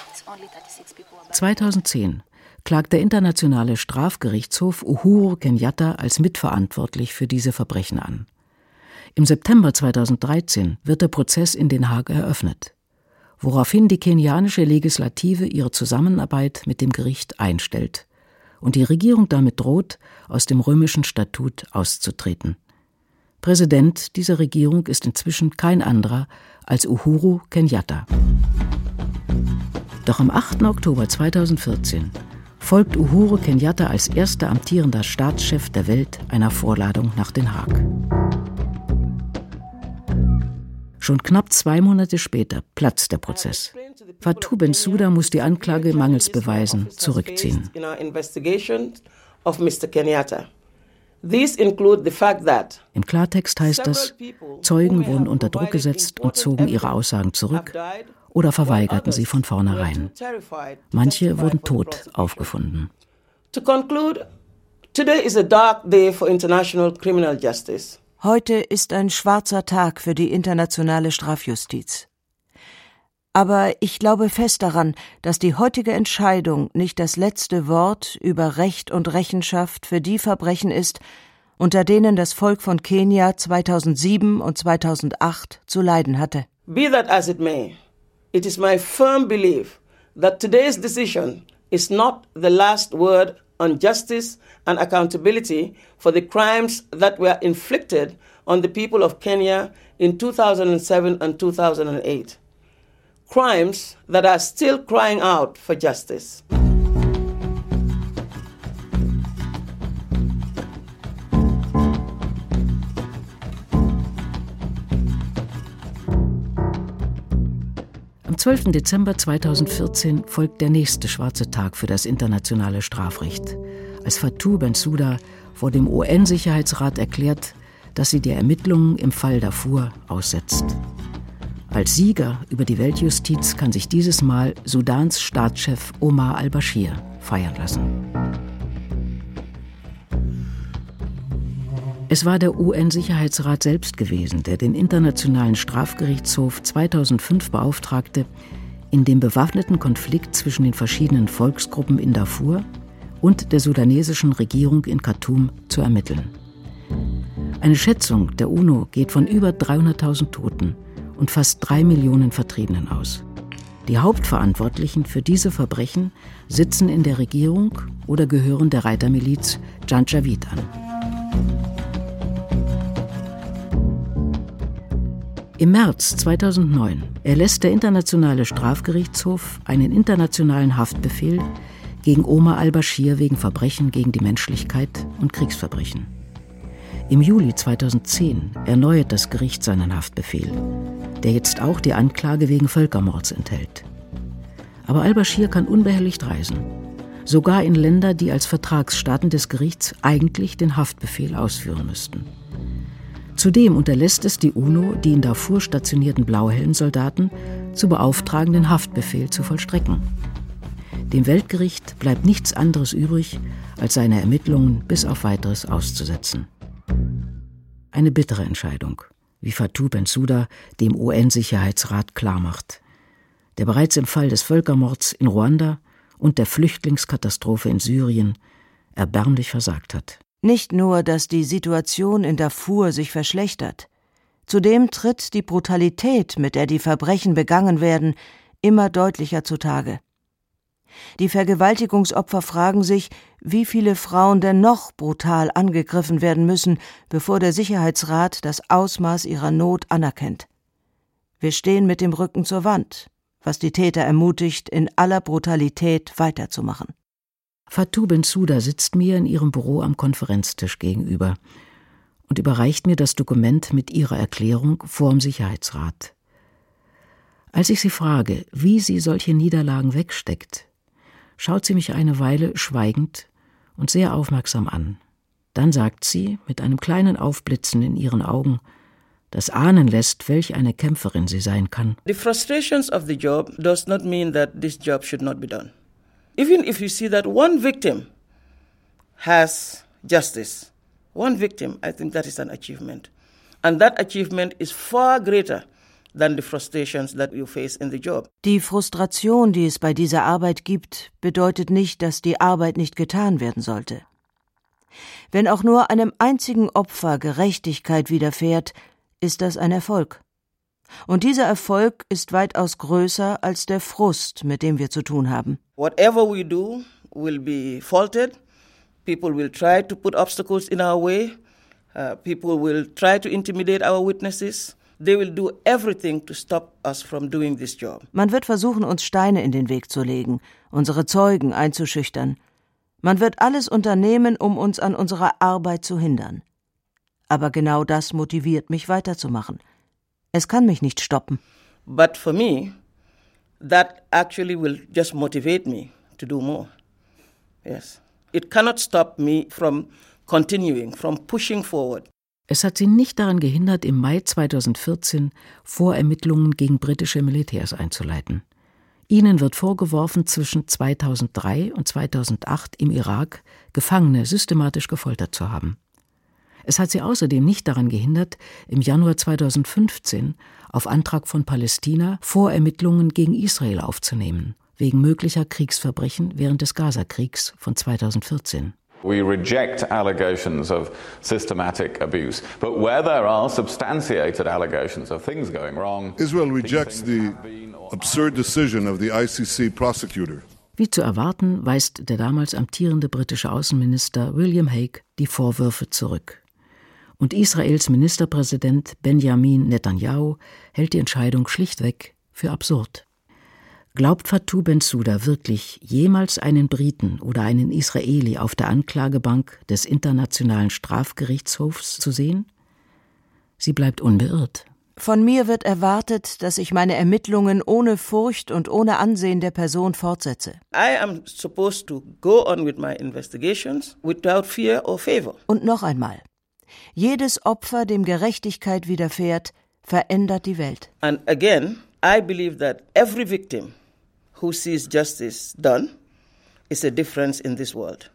S2: 2010 klagt der Internationale Strafgerichtshof Uhuru Kenyatta als mitverantwortlich für diese Verbrechen an. Im September 2013 wird der Prozess in Den Haag eröffnet, woraufhin die kenianische Legislative ihre Zusammenarbeit mit dem Gericht einstellt und die Regierung damit droht, aus dem römischen Statut auszutreten. Präsident dieser Regierung ist inzwischen kein anderer als Uhuru Kenyatta. Doch am 8. Oktober 2014 folgt Uhuru Kenyatta als erster amtierender Staatschef der Welt einer Vorladung nach Den Haag. Schon knapp 2 Monate später platzt der Prozess. Fatou Bensouda muss die Anklage mangels Beweisen zurückziehen. Im Klartext heißt das, Zeugen wurden unter Druck gesetzt und zogen ihre Aussagen zurück oder verweigerten sie von vornherein. Manche wurden tot aufgefunden.
S8: To conclude, today is a dark day for international criminal justice.
S9: Heute ist ein schwarzer Tag für die internationale Strafjustiz. Aber ich glaube fest daran, dass die heutige Entscheidung nicht das letzte Wort über Recht und Rechenschaft für die Verbrechen ist, unter denen das Volk von Kenia 2007 und 2008 zu leiden hatte.
S8: Be that as it may, It is my firm belief that today's decision is not the last word on justice and accountability for the crimes that were inflicted on the people of Kenya in 2007 and 2008. Crimes that are still crying out for justice.
S2: Am 12. Dezember 2014 folgt der nächste schwarze Tag für das internationale Strafrecht, als Fatou Bensouda vor dem UN-Sicherheitsrat erklärt, dass sie die Ermittlungen im Fall Darfur aussetzt. Als Sieger über die Weltjustiz kann sich dieses Mal Sudans Staatschef Omar al-Bashir feiern lassen. Es war der UN-Sicherheitsrat selbst gewesen, der den Internationalen Strafgerichtshof 2005 beauftragte, in dem bewaffneten Konflikt zwischen den verschiedenen Volksgruppen in Darfur und der sudanesischen Regierung in Khartoum zu ermitteln. Eine Schätzung der UNO geht von über 300.000 Toten und fast 3 Millionen Vertriebenen aus. Die Hauptverantwortlichen für diese Verbrechen sitzen in der Regierung oder gehören der Reitermiliz Janjaweed an. Im März 2009 erlässt der Internationale Strafgerichtshof einen internationalen Haftbefehl gegen Omar al-Bashir wegen Verbrechen gegen die Menschlichkeit und Kriegsverbrechen. Im Juli 2010 erneuert das Gericht seinen Haftbefehl, der jetzt auch die Anklage wegen Völkermords enthält. Aber al-Bashir kann unbehelligt reisen, sogar in Länder, die als Vertragsstaaten des Gerichts eigentlich den Haftbefehl ausführen müssten. Zudem unterlässt es die UNO, die in Darfur stationierten Blauhelmsoldaten zu beauftragen, den Haftbefehl zu vollstrecken. Dem Weltgericht bleibt nichts anderes übrig, als seine Ermittlungen bis auf Weiteres auszusetzen. Eine bittere Entscheidung, wie Fatou Bensouda dem UN-Sicherheitsrat klarmacht, der bereits im Fall des Völkermords in Ruanda und der Flüchtlingskatastrophe in Syrien erbärmlich versagt hat.
S9: Nicht nur, dass die Situation in Darfur sich verschlechtert, zudem tritt die Brutalität, mit der die Verbrechen begangen werden, immer deutlicher zutage. Die Vergewaltigungsopfer fragen sich, wie viele Frauen denn noch brutal angegriffen werden müssen, bevor der Sicherheitsrat das Ausmaß ihrer Not anerkennt. Wir stehen mit dem Rücken zur Wand, was die Täter ermutigt, in aller Brutalität weiterzumachen.
S2: Fatou Bensouda sitzt mir in ihrem Büro am Konferenztisch gegenüber und überreicht mir das Dokument mit ihrer Erklärung vor dem Sicherheitsrat. Als ich sie frage, wie sie solche Niederlagen wegsteckt, schaut sie mich eine Weile schweigend und sehr aufmerksam an. Dann sagt sie, mit einem kleinen Aufblitzen in ihren Augen, das ahnen lässt, welch eine Kämpferin sie sein kann.
S8: The frustrations of the job does not mean that this job should not be done. Even if you see that one victim has justice, one victim, I think that is an achievement. And that achievement is far greater than the frustrations that you face in the job.
S9: Die Frustration, die es bei dieser Arbeit gibt, bedeutet nicht, dass die Arbeit nicht getan werden sollte. Wenn auch nur einem einzigen Opfer Gerechtigkeit widerfährt, ist das ein Erfolg. Und dieser Erfolg ist weitaus größer als der Frust, mit dem wir zu tun haben.
S8: Whatever we do will be faulted. People will try to put obstacles in our way. People will try to intimidate our witnesses. They will do everything to stop us from doing this job.
S9: Man wird versuchen, uns Steine in den Weg zu legen, unsere Zeugen einzuschüchtern. Man wird alles unternehmen, um uns an unserer Arbeit zu hindern. Aber genau das motiviert mich weiterzumachen. Es kann mich nicht stoppen.
S8: But for me, that actually will just motivate me to do more. Yes. It cannot stop me from continuing, from pushing forward.
S2: Es hat sie nicht daran gehindert, im Mai 2014 Vorermittlungen gegen britische Militärs einzuleiten. Ihnen wird vorgeworfen, zwischen 2003 und 2008 im Irak Gefangene systematisch gefoltert zu haben. Es hat sie außerdem nicht daran gehindert, im Januar 2015 auf Antrag von Palästina Vorermittlungen gegen Israel aufzunehmen, wegen möglicher Kriegsverbrechen während des Gaza-Kriegs von 2014.
S20: We reject allegations of systematic abuse, but where there are substantiated allegations of things going wrong,
S21: Israel rejects the absurd decision of the ICC prosecutor.
S2: Wie zu erwarten, weist der damals amtierende britische Außenminister William Hague die Vorwürfe zurück. Und Israels Ministerpräsident Benjamin Netanyahu hält die Entscheidung schlichtweg für absurd. Glaubt Fatou Bensouda wirklich, jemals einen Briten oder einen Israeli auf der Anklagebank des Internationalen Strafgerichtshofs zu sehen? Sie bleibt unbeirrt.
S9: Von mir wird erwartet, dass ich meine Ermittlungen ohne Furcht und ohne Ansehen der Person fortsetze.
S8: I am supposed to go on with my investigations without fear or favor.
S9: Und noch einmal. Jedes Opfer, dem Gerechtigkeit widerfährt, verändert die Welt.
S8: And again, I believe that every victim who sees justice done is a difference in this world.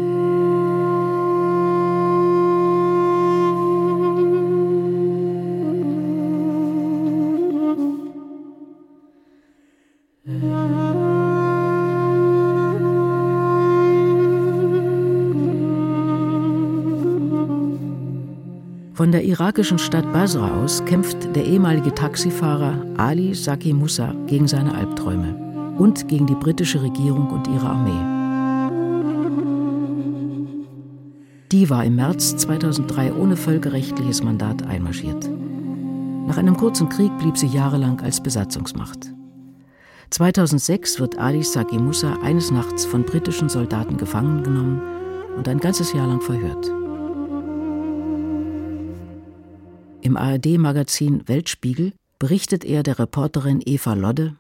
S2: Von der irakischen Stadt Basra aus kämpft der ehemalige Taxifahrer Ali Zaki Musa gegen seine Albträume und gegen die britische Regierung und ihre Armee. Die war im März 2003 ohne völkerrechtliches Mandat einmarschiert. Nach einem kurzen Krieg blieb sie jahrelang als Besatzungsmacht. 2006 wird Ali Zaki Musa eines Nachts von britischen Soldaten gefangen genommen und ein ganzes Jahr lang verhört. Im ARD-Magazin Weltspiegel berichtet er der Reporterin Eva Lodde: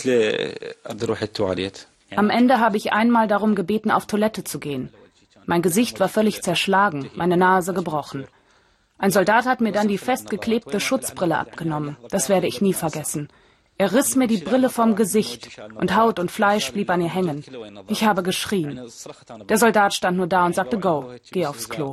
S22: Am Ende habe ich einmal darum gebeten, auf Toilette zu gehen. Mein Gesicht war völlig zerschlagen, meine Nase gebrochen. Ein Soldat hat mir dann die festgeklebte Schutzbrille abgenommen. Das werde ich nie vergessen. Er riss mir die Brille vom Gesicht und Haut und Fleisch blieb an ihr hängen. Ich habe geschrien. Der Soldat stand nur da und sagte, go, geh aufs Klo.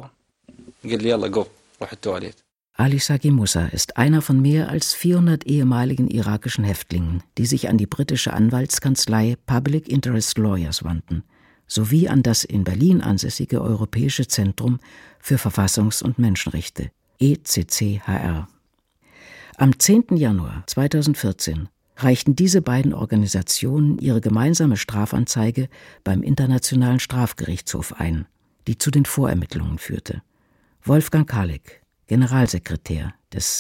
S2: Ali Zaki Musa ist einer von mehr als 400 ehemaligen irakischen Häftlingen, die sich an die britische Anwaltskanzlei Public Interest Lawyers wandten, sowie an das in Berlin ansässige Europäische Zentrum für Verfassungs- und Menschenrechte, ECCHR. Am 10. Januar 2014 reichten diese beiden Organisationen ihre gemeinsame Strafanzeige beim Internationalen Strafgerichtshof ein, die zu den Vorermittlungen führte. Wolfgang Kalik, Generalsekretär des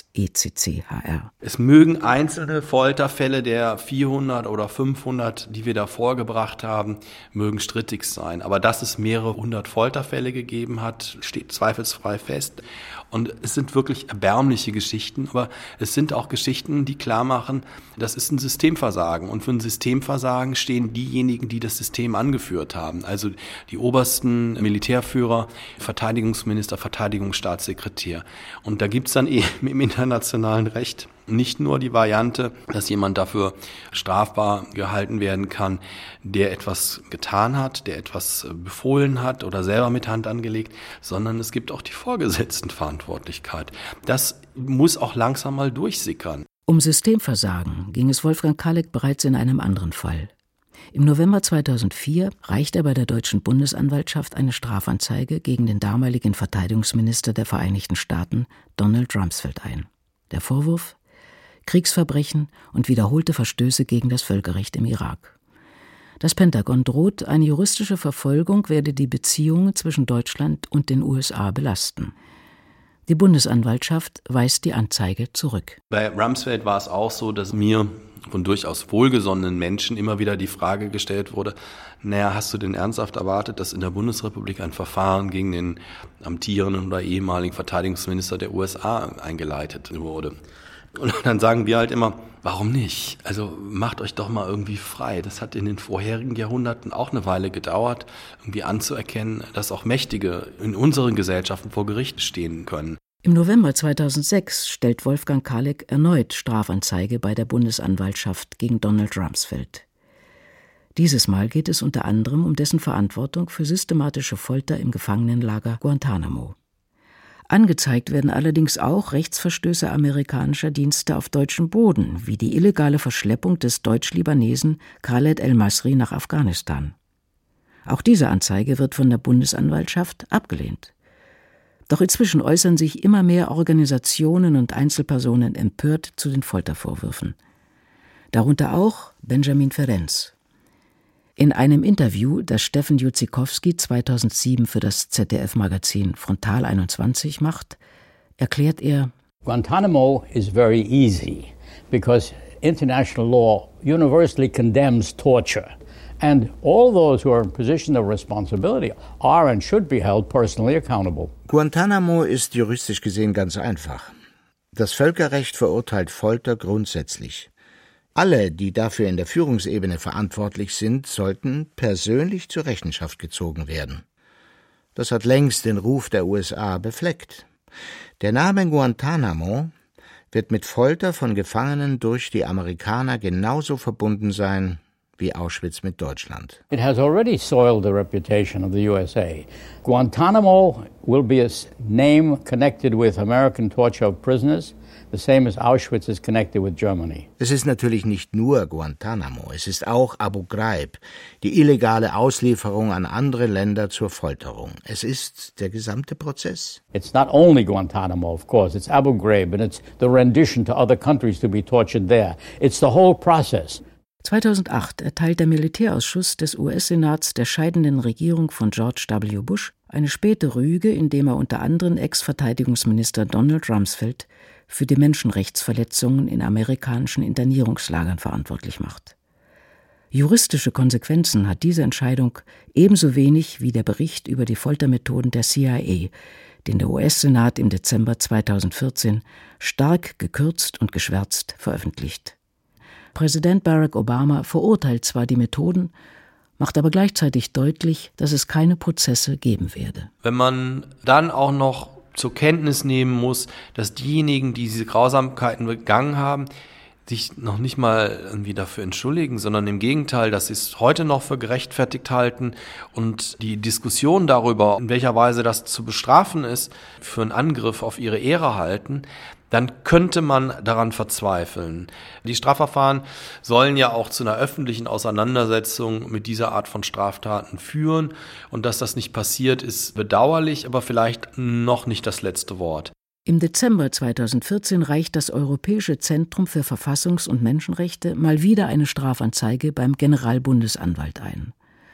S2: ECCHR.
S23: Es mögen einzelne Folterfälle der 400 oder 500, die wir da vorgebracht haben, mögen strittig sein. Aber dass es mehrere hundert Folterfälle gegeben hat, steht zweifelsfrei fest. Und es sind wirklich erbärmliche Geschichten, aber es sind auch Geschichten, die klar machen, das ist ein Systemversagen. Und für ein Systemversagen stehen diejenigen, die das System angeführt haben. Also die obersten Militärführer, Verteidigungsminister, Verteidigungsstaatssekretär. Und da gibt's dann im internationalen Recht nicht nur die Variante, dass jemand dafür strafbar gehalten werden kann, der etwas getan hat, der etwas befohlen hat oder selber mit Hand angelegt, sondern es gibt auch die Vorgesetztenverantwortlichkeit. Das muss auch langsam mal durchsickern.
S2: Um Systemversagen ging es Wolfgang Kalik bereits in einem anderen Fall. Im November 2004 reicht er bei der deutschen Bundesanwaltschaft eine Strafanzeige gegen den damaligen Verteidigungsminister der Vereinigten Staaten, Donald Rumsfeld, ein. Der Vorwurf: Kriegsverbrechen und wiederholte Verstöße gegen das Völkerrecht im Irak. Das Pentagon droht, eine juristische Verfolgung werde die Beziehungen zwischen Deutschland und den USA belasten. Die Bundesanwaltschaft weist die Anzeige zurück.
S23: Bei Rumsfeld war es auch so, dass mir von durchaus wohlgesonnenen Menschen immer wieder die Frage gestellt wurde, hast du denn ernsthaft erwartet, dass in der Bundesrepublik ein Verfahren gegen den amtierenden oder ehemaligen Verteidigungsminister der USA eingeleitet wurde? Und dann sagen wir halt immer, warum nicht? Also macht euch doch mal irgendwie frei. Das hat in den vorherigen Jahrhunderten auch eine Weile gedauert, irgendwie anzuerkennen, dass auch Mächtige in unseren Gesellschaften vor Gericht stehen können.
S2: Im November 2006 stellt Wolfgang Kalik erneut Strafanzeige bei der Bundesanwaltschaft gegen Donald Rumsfeld. Dieses Mal geht es unter anderem um dessen Verantwortung für systematische Folter im Gefangenenlager Guantanamo. Angezeigt werden allerdings auch Rechtsverstöße amerikanischer Dienste auf deutschem Boden, wie die illegale Verschleppung des Deutsch-Libanesen Khaled El-Masri nach Afghanistan. Auch diese Anzeige wird von der Bundesanwaltschaft abgelehnt. Doch inzwischen äußern sich immer mehr Organisationen und Einzelpersonen empört zu den Foltervorwürfen. Darunter auch Benjamin Ferencz. In einem Interview, das Steffen Judzikowski 2007 für das ZDF-Magazin Frontal 21 macht, erklärt er:
S6: Guantanamo is very easy because international law universally condemns torture. And all those who are in position of responsibility are and should be held personally accountable.
S7: Guantanamo ist juristisch gesehen ganz einfach. Das Völkerrecht verurteilt Folter grundsätzlich. Alle, die dafür in der Führungsebene verantwortlich sind, sollten persönlich zur Rechenschaft gezogen werden. Das hat längst den Ruf der USA befleckt. Der Name Guantanamo wird mit Folter von Gefangenen durch die Amerikaner genauso verbunden sein wie Auschwitz mit Deutschland.
S6: It has already soiled the reputation of the USA. Guantanamo will be a name connected with American torture of prisoners, the same as Auschwitz is connected with Germany.
S7: Es ist natürlich nicht nur Guantanamo, es ist auch Abu Ghraib, die illegale Auslieferung an andere Länder zur Folterung. Es ist der gesamte Prozess.
S6: It's not only Guantanamo, of course, it's Abu Ghraib and it's the rendition to other countries to be tortured there. It's the whole process.
S2: 2008 erteilt der Militärausschuss des US-Senats der scheidenden Regierung von George W. Bush eine späte Rüge, indem er unter anderem Ex-Verteidigungsminister Donald Rumsfeld für die Menschenrechtsverletzungen in amerikanischen Internierungslagern verantwortlich macht. Juristische Konsequenzen hat diese Entscheidung ebenso wenig wie der Bericht über die Foltermethoden der CIA, den der US-Senat im Dezember 2014 stark gekürzt und geschwärzt veröffentlicht. Präsident Barack Obama verurteilt zwar die Methoden, macht aber gleichzeitig deutlich, dass es keine Prozesse geben werde.
S23: Wenn man dann auch noch zur Kenntnis nehmen muss, dass diejenigen, die diese Grausamkeiten begangen haben, sich noch nicht mal irgendwie dafür entschuldigen, sondern im Gegenteil, dass sie es heute noch für gerechtfertigt halten und die Diskussion darüber, in welcher Weise das zu bestrafen ist, für einen Angriff auf ihre Ehre halten, dann könnte man daran verzweifeln. Die Strafverfahren sollen ja auch zu einer öffentlichen Auseinandersetzung mit dieser Art von Straftaten führen. Und dass das nicht passiert, ist bedauerlich, aber vielleicht noch nicht das letzte Wort.
S2: Im Dezember 2014 reicht das Europäische Zentrum für Verfassungs- und Menschenrechte mal wieder eine Strafanzeige beim Generalbundesanwalt ein.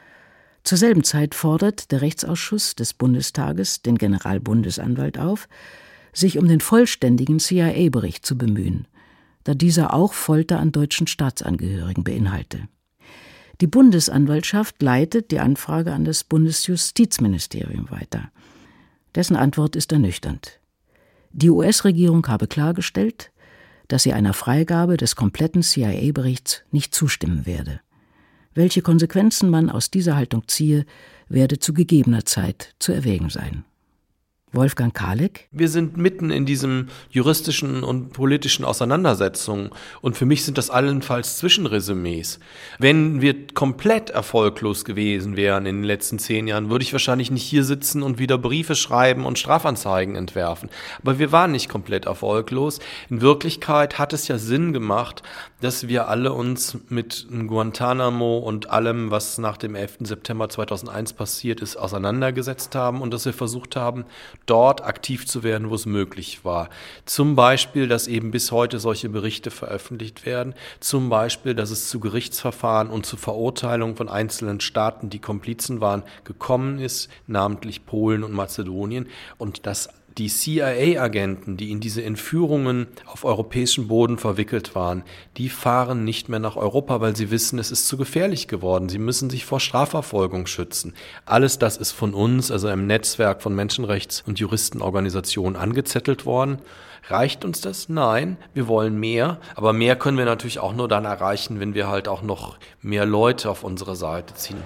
S2: Zur selben Zeit fordert der Rechtsausschuss des Bundestages den Generalbundesanwalt auf, sich um den vollständigen CIA-Bericht zu bemühen, da dieser auch Folter an deutschen Staatsangehörigen beinhalte. Die Bundesanwaltschaft leitet die Anfrage an das Bundesjustizministerium weiter. Dessen Antwort ist ernüchternd. Die US-Regierung habe klargestellt, dass sie einer Freigabe des kompletten CIA-Berichts nicht zustimmen werde. Welche Konsequenzen man aus dieser Haltung ziehe, werde zu gegebener Zeit zu erwägen sein. Wolfgang Kaleck.
S23: Wir sind mitten in diesem juristischen und politischen Auseinandersetzungen und für mich sind das allenfalls Zwischenresümees. Wenn wir komplett erfolglos gewesen wären in den letzten 10 Jahren, würde ich wahrscheinlich nicht hier sitzen und wieder Briefe schreiben und Strafanzeigen entwerfen. Aber wir waren nicht komplett erfolglos. In Wirklichkeit hat es ja Sinn gemacht, dass wir alle uns mit Guantanamo und allem, was nach dem 11. September 2001 passiert ist, auseinandergesetzt haben und dass wir versucht haben, dort aktiv zu werden, wo es möglich war. Zum Beispiel, dass eben bis heute solche Berichte veröffentlicht werden. Zum Beispiel, dass es zu Gerichtsverfahren und zu Verurteilungen von einzelnen Staaten, die Komplizen waren, gekommen ist, namentlich Polen und Mazedonien. Und dass die CIA-Agenten, die in diese Entführungen auf europäischem Boden verwickelt waren, die fahren nicht mehr nach Europa, weil sie wissen, es ist zu gefährlich geworden. Sie müssen sich vor Strafverfolgung schützen. Alles das ist von uns, also im Netzwerk von Menschenrechts- und Juristenorganisationen angezettelt worden. Reicht uns das? Nein, wir wollen mehr. Aber mehr können wir natürlich auch nur dann erreichen, wenn wir halt auch noch mehr Leute auf unsere Seite ziehen.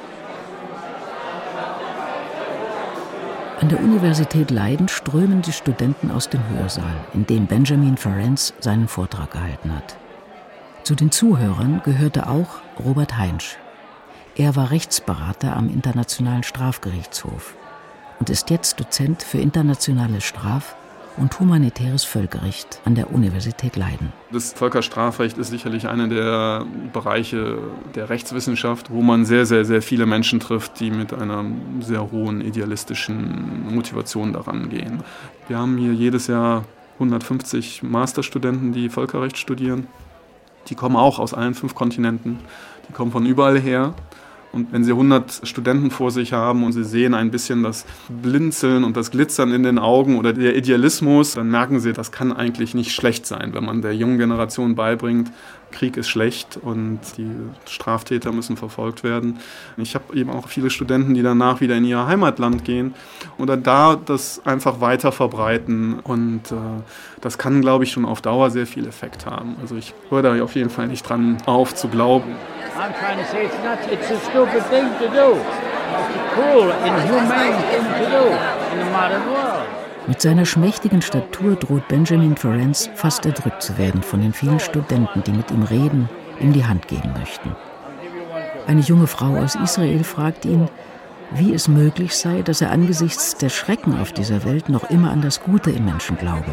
S2: An der Universität Leiden strömen die Studenten aus dem Hörsaal, in dem Benjamin Ferencz seinen Vortrag gehalten hat. Zu den Zuhörern gehörte auch Robert Heinsch. Er war Rechtsberater am Internationalen Strafgerichtshof und ist jetzt Dozent für internationales Straf- und humanitäres Völkerrecht an der Universität Leiden.
S3: Das Völkerstrafrecht ist sicherlich einer der Bereiche der Rechtswissenschaft, wo man sehr, sehr, sehr viele Menschen trifft, die mit einer sehr hohen idealistischen Motivation daran gehen. Wir haben hier jedes Jahr 150 Masterstudenten, die Völkerrecht studieren. Die kommen auch aus allen 5 Kontinenten. Die kommen von überall her. Und wenn Sie 100 Studenten vor sich haben und Sie sehen ein bisschen das Blinzeln und das Glitzern in den Augen oder der Idealismus, dann merken Sie, das kann eigentlich nicht schlecht sein, wenn man der jungen Generation beibringt, Krieg ist schlecht und die Straftäter müssen verfolgt werden. Ich habe eben auch viele Studenten, die danach wieder in ihr Heimatland gehen oder da das einfach weiter verbreiten. Und das kann, glaube ich, schon auf Dauer sehr viel Effekt haben. Also ich höre da auf jeden Fall nicht dran auf zu glauben.
S6: I'm trying to say it's a stupid thing to do. It's a cruel, inhumane thing to do in the modern world.
S2: Mit seiner schmächtigen Statur droht Benjamin Ferencz fast erdrückt zu werden von den vielen Studenten, die mit ihm reden, ihm die Hand geben möchten. Eine junge Frau aus Israel fragt ihn, wie es möglich sei, dass er angesichts der Schrecken auf dieser Welt noch immer an das Gute im Menschen glaube.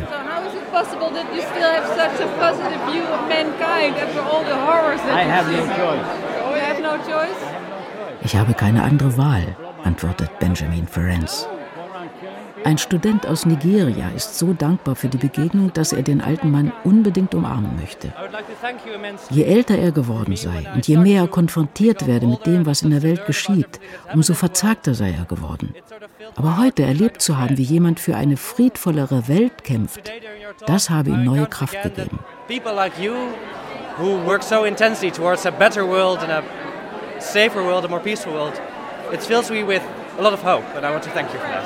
S2: Ich habe keine andere Wahl, antwortet Benjamin Ferencz. Ein Student aus Nigeria ist so dankbar für die Begegnung, dass er den alten Mann unbedingt umarmen möchte. Je älter er geworden sei und je mehr er konfrontiert werde mit dem, was in der Welt geschieht, umso verzagter sei er geworden. Aber heute erlebt zu haben, wie jemand für eine friedvollere Welt kämpft, das habe ihm neue Kraft gegeben.
S4: People like you, who work so intensely towards a better world and a safer world, a more peaceful world, it fills me with a lot of hope, and I want to thank you for that.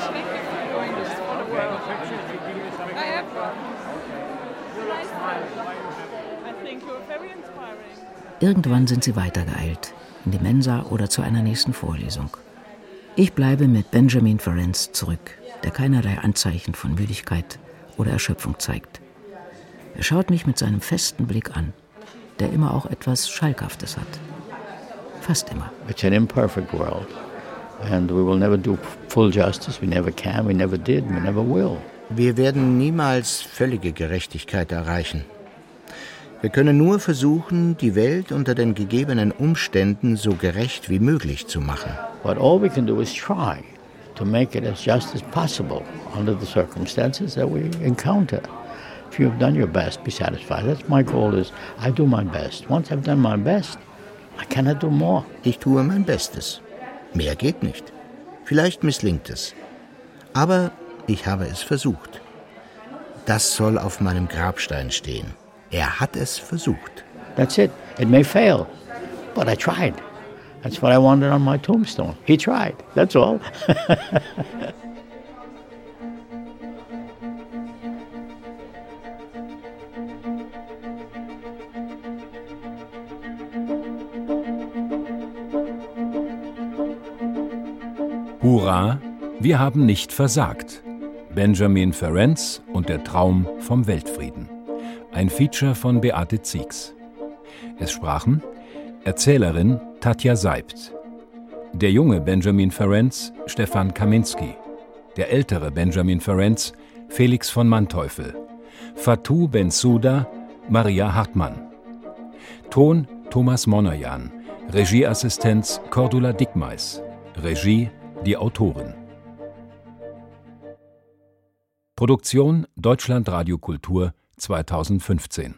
S2: Irgendwann sind sie weitergeeilt, in die Mensa oder zu einer nächsten Vorlesung. Ich bleibe mit Benjamin Ferencz zurück, der keinerlei Anzeichen von Müdigkeit oder Erschöpfung zeigt. Er schaut mich mit seinem festen Blick an, der immer auch etwas Schalkhaftes hat. Fast immer.
S6: It's an imperfect world, and we will never do full justice. We never can, we never did, we never will.
S7: Wir werden niemals völlige Gerechtigkeit erreichen. Wir können nur versuchen, die Welt unter den gegebenen Umständen so gerecht wie möglich zu machen.
S6: But all we can do is try to make it as just as possible under the circumstances that we encounter. If you have done your best, be satisfied. That's my goal is, I do my best. Once I've done my best, I cannot do more.
S7: Ich tue mein Bestes. Mehr geht nicht. Vielleicht misslingt es. Aber ich habe es versucht. Das soll auf meinem Grabstein stehen. Er hat es versucht.
S6: That's it. It may fail, but I tried. That's what I wanted on my tombstone. He tried. That's all.
S5: Hurra, wir haben nicht versagt. Benjamin Ferencz und der Traum vom Weltfrieden. Ein Feature von Beate Ziegs. Es sprachen Erzählerin Tatja Seibt, der junge Benjamin Ferencz Stefan Kaminski, der ältere Benjamin Ferencz Felix von Manteuffel, Fatou Bensouda Maria Hartmann. Ton Thomas Monajan, Regieassistenz Cordula Dickmeis, Regie die Autorin. Produktion Deutschlandradio Kultur 2015